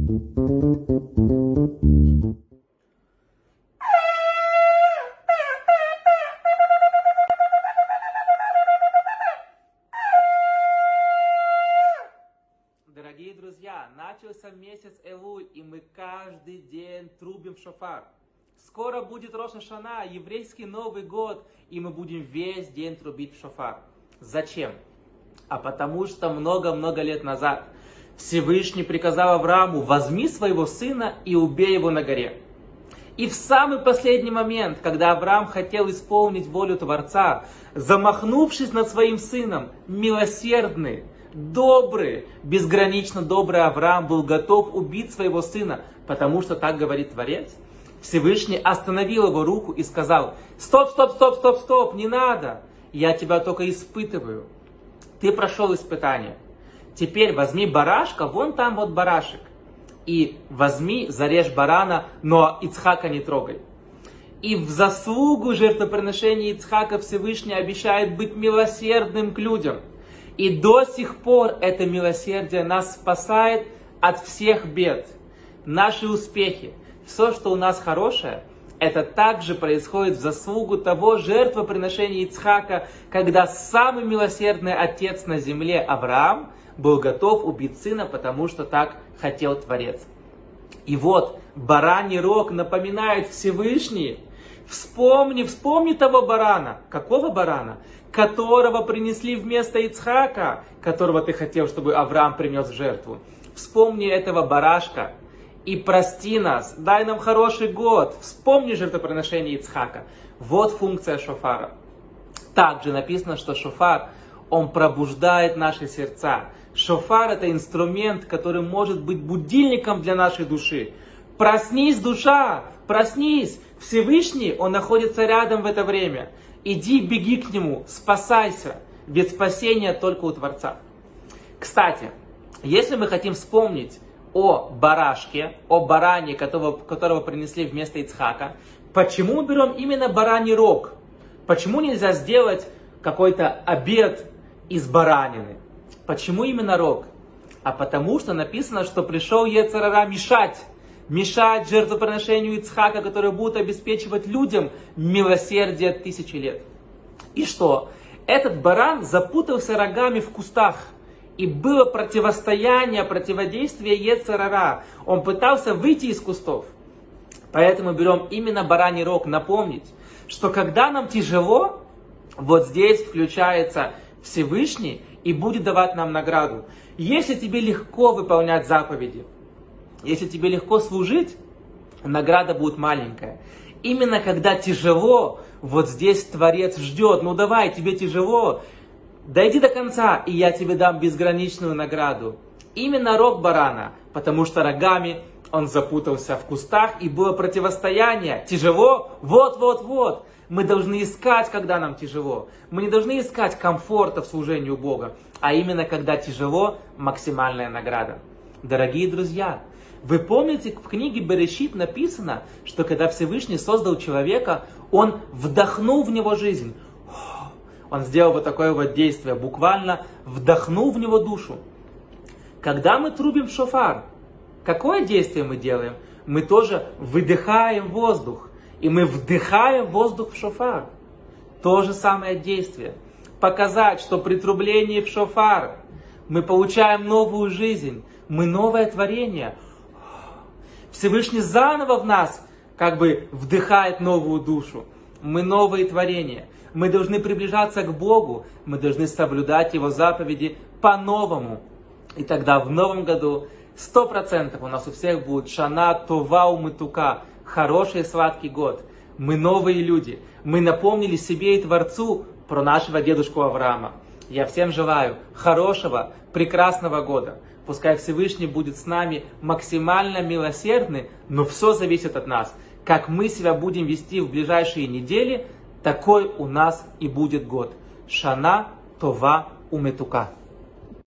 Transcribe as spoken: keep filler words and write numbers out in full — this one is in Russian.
Дорогие друзья, начался месяц Элуль, и мы каждый день трубим в шофар. Скоро будет Рош ха-Шана, еврейский Новый год, и мы будем весь день трубить в шофар. Зачем? А потому что много-много лет назад Всевышний приказал Аврааму: возьми своего сына и убей его на горе. И в самый последний момент, когда Авраам хотел исполнить волю Творца, замахнувшись над своим сыном, милосердный, добрый, безгранично добрый Авраам был готов убить своего сына, потому что так говорит Творец, Всевышний остановил его руку и сказал: стоп, стоп, стоп, стоп, стоп, не надо, я тебя только испытываю. Ты прошел испытание. Теперь возьми барашка, вон там вот барашек, и возьми, зарежь барана, но Ицхака не трогай. И в заслугу жертвоприношения Ицхака Всевышний обещает быть милосердным к людям. И до сих пор это милосердие нас спасает от всех бед. Наши успехи, все, что у нас хорошее, это также происходит в заслугу того жертвоприношения Ицхака, когда самый милосердный отец на земле Авраам был готов убить сына, потому что так хотел Творец. И вот бараний рог напоминает Всевышний: вспомни, вспомни того барана. Какого барана? Которого принесли вместо Ицхака, которого ты хотел, чтобы Авраам принес в жертву. Вспомни этого барашка и прости нас, дай нам хороший год. Вспомни жертвоприношение Ицхака. Вот функция шофара. Также написано, что шофар, он пробуждает наши сердца. Шофар — это инструмент, который может быть будильником для нашей души. Проснись, душа, проснись. Всевышний, он находится рядом в это время. Иди, беги к нему, спасайся, ведь спасение только у Творца. Кстати, если мы хотим вспомнить о барашке, о баране, которого, которого принесли вместо Ицхака, почему мы берем именно бараний рог? Почему нельзя сделать какой-то обед из баранины? Почему именно рог? А потому что написано, что пришел Йецер ара мешать. Мешать жертвоприношению Ицхака, который будет обеспечивать людям милосердие тысячи лет. И что? Этот баран запутался рогами в кустах. И было противостояние, противодействие Йецер ара. Он пытался выйти из кустов. Поэтому берем именно бараний рог, напомнить, что когда нам тяжело, вот здесь включается Всевышний и будет давать нам награду. Если тебе легко выполнять заповеди, если тебе легко служить, награда будет маленькая. Именно когда тяжело, вот здесь Творец ждет: ну давай, тебе тяжело, дойди до конца, и я тебе дам безграничную награду. Именно рог барана, потому что рогами он запутался в кустах, и было противостояние. Тяжело? Вот-вот-вот. Мы должны искать, когда нам тяжело. Мы не должны искать комфорта в служении у Бога, а именно когда тяжело, максимальная награда. Дорогие друзья, вы помните, в книге Берешит написано, что когда Всевышний создал человека, он вдохнул в него жизнь. Он сделал вот такое вот действие, буквально вдохнул в него душу. Когда мы трубим в шофар, какое действие мы делаем? Мы тоже выдыхаем воздух, и мы вдыхаем воздух в шофар. То же самое действие. Показать, что при трублении в шофар мы получаем новую жизнь, мы новое творение. Всевышний заново в нас как бы вдыхает новую душу. Мы новые творения. Мы должны приближаться к Богу. Мы должны соблюдать Его заповеди по-новому. И тогда в новом году сто процентов у нас у всех будет Шана Това Умитука. Хороший и сладкий год. Мы новые люди. Мы напомнили себе и Творцу про нашего дедушку Авраама. Я всем желаю хорошего, прекрасного года. Пускай Всевышний будет с нами максимально милосердный, но все зависит от нас. Как мы себя будем вести в ближайшие недели, такой у нас и будет год. Шана Това Умитука.